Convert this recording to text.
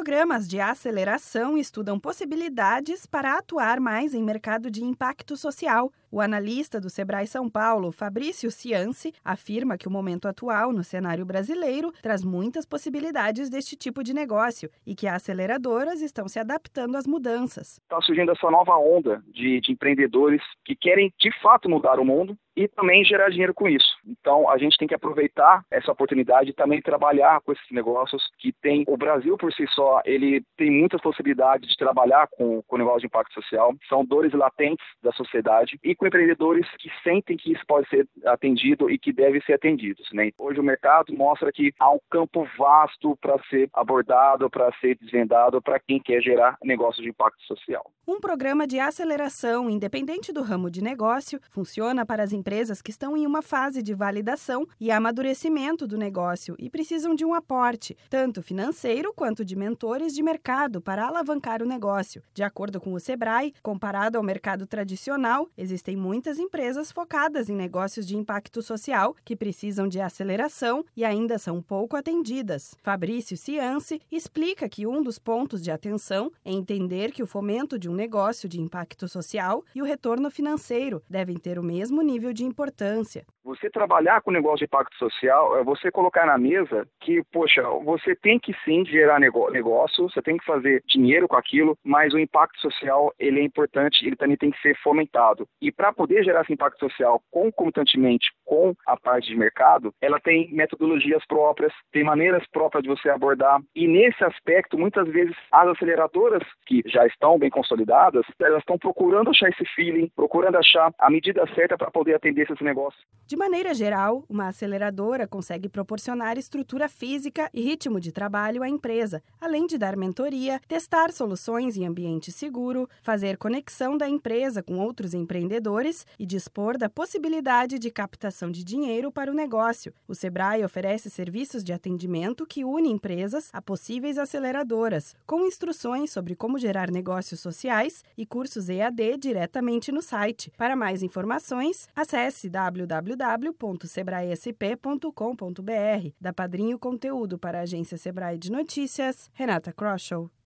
Programas de aceleração estudam possibilidades para atuar mais em mercado de impacto social. O analista do Sebrae São Paulo, Fabrício Cianci, afirma que o momento atual no cenário brasileiro traz muitas possibilidades deste tipo de negócio e que as aceleradoras estão se adaptando às mudanças. Está surgindo essa nova onda de empreendedores que querem, de fato, mudar o mundo e também gerar dinheiro com isso. Então, a gente tem que aproveitar essa oportunidade e também trabalhar com esses negócios que tem. O Brasil, por si só, ele tem muitas possibilidades de trabalhar com o negócio de impacto social. São dores latentes da sociedade e com empreendedores que sentem que isso pode ser atendido e que deve ser atendido, né? Hoje o mercado mostra que há um campo vasto para ser abordado, para ser desvendado, para quem quer gerar negócios de impacto social. Um programa de aceleração, independente do ramo de negócio, funciona para as empresas que estão em uma fase de validação e amadurecimento do negócio e precisam de um aporte, tanto financeiro quanto de mentores de mercado para alavancar o negócio. De acordo com o Sebrae, comparado ao mercado tradicional, existem muitas empresas focadas em negócios de impacto social que precisam de aceleração e ainda são pouco atendidas. Fabrício Cianci explica que um dos pontos de atenção é entender que o fomento de um negócio de impacto social e o retorno financeiro devem ter o mesmo nível de importância. Você trabalhar com negócio de impacto social é você colocar na mesa que, você tem que sim gerar negócio, você tem que fazer dinheiro com aquilo, mas o impacto social, ele é importante, ele também tem que ser fomentado. E para poder gerar esse impacto social concomitantemente com a parte de mercado, ela tem metodologias próprias, tem maneiras próprias de você abordar. E nesse aspecto, muitas vezes, as aceleradoras que já estão bem consolidadas, elas estão procurando achar esse feeling, procurando achar a medida certa para poder atender esses negócios. De maneira geral, uma aceleradora consegue proporcionar estrutura física e ritmo de trabalho à empresa, além de dar mentoria, testar soluções em ambiente seguro, fazer conexão da empresa com outros empreendedores e dispor da possibilidade de captação de dinheiro para o negócio. O Sebrae oferece serviços de atendimento que unem empresas a possíveis aceleradoras, com instruções sobre como gerar negócios sociais e cursos EAD diretamente no site. Para mais informações, acesse www.sebraesp.com.br. Da Padrinho Conteúdo para a Agência Sebrae de Notícias, Renata Kroschel.